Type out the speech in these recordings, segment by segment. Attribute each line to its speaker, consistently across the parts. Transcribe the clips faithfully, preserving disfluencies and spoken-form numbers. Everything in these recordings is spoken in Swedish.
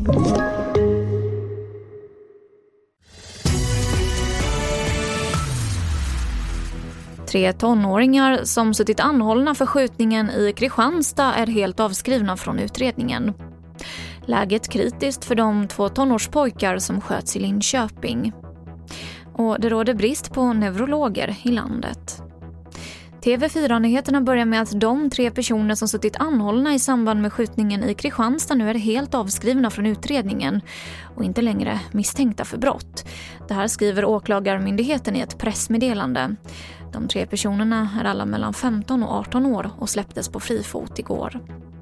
Speaker 1: Tre tonåringar som suttit anhållna för skjutningen i Kristianstad är helt avskrivna från utredningen. Läget kritiskt för de två tonårspojkar som sköts i Linköping. Och det råder brist på neurologer i landet. T V fyra-nyheterna börjar med att de tre personer som suttit anhållna i samband med skjutningen i Kristianstad nu är helt avskrivna från utredningen och inte längre misstänkta för brott. Det här skriver åklagarmyndigheten i ett pressmeddelande. De tre personerna är alla mellan femton och arton år och släpptes på fri fot igår.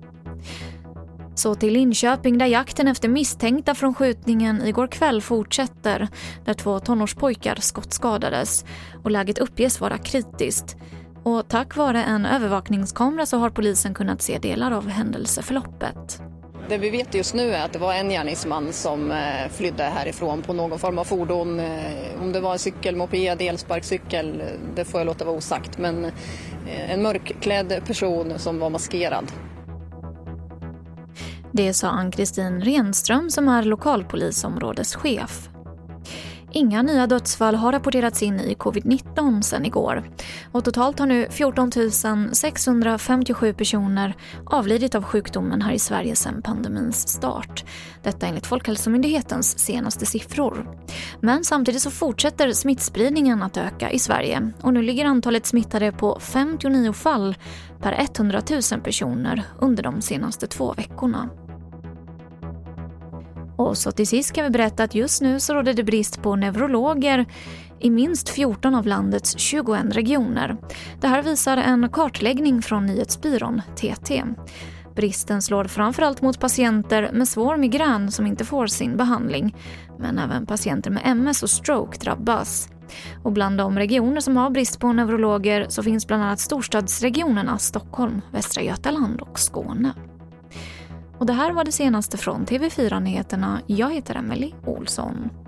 Speaker 1: Så till Linköping där jakten efter misstänkta från skjutningen igår kväll fortsätter, där två tonårspojkar skottskadades och läget uppges vara kritiskt. Och tack vare en övervakningskamera så har polisen kunnat se delar av händelseförloppet.
Speaker 2: Det vi vet just nu är att det var en gärningsman som flydde härifrån på någon form av fordon. Om det var en cykel, moped, elsparkcykel, det får jag låta vara osagt. Men en mörkklädd person som var maskerad.
Speaker 1: Det sa Ann-Kristin Renström som är lokalpolisområdeschef. Inga nya dödsfall har rapporterats in i covid nitton sedan igår. Och totalt har nu fjorton tusen sexhundrafemtiosju personer avlidit av sjukdomen här i Sverige sedan pandemins start. Detta enligt Folkhälsomyndighetens senaste siffror. Men samtidigt så fortsätter smittspridningen att öka i Sverige. Och nu ligger antalet smittade på femtionio fall per hundratusen personer under de senaste två veckorna. Och så till sist kan vi berätta att just nu så råder det brist på neurologer i minst fjorton av landets tjugoett regioner. Det här visar en kartläggning från nyhetsbyrån T T. Bristen slår framförallt mot patienter med svår migrän som inte får sin behandling, men även patienter med M S och stroke drabbas. Och bland de regioner som har brist på neurologer så finns bland annat storstadsregionerna Stockholm, Västra Götaland och Skåne. Och det här var det senaste från T V fyra-nyheterna. Jag heter Emily Olsson.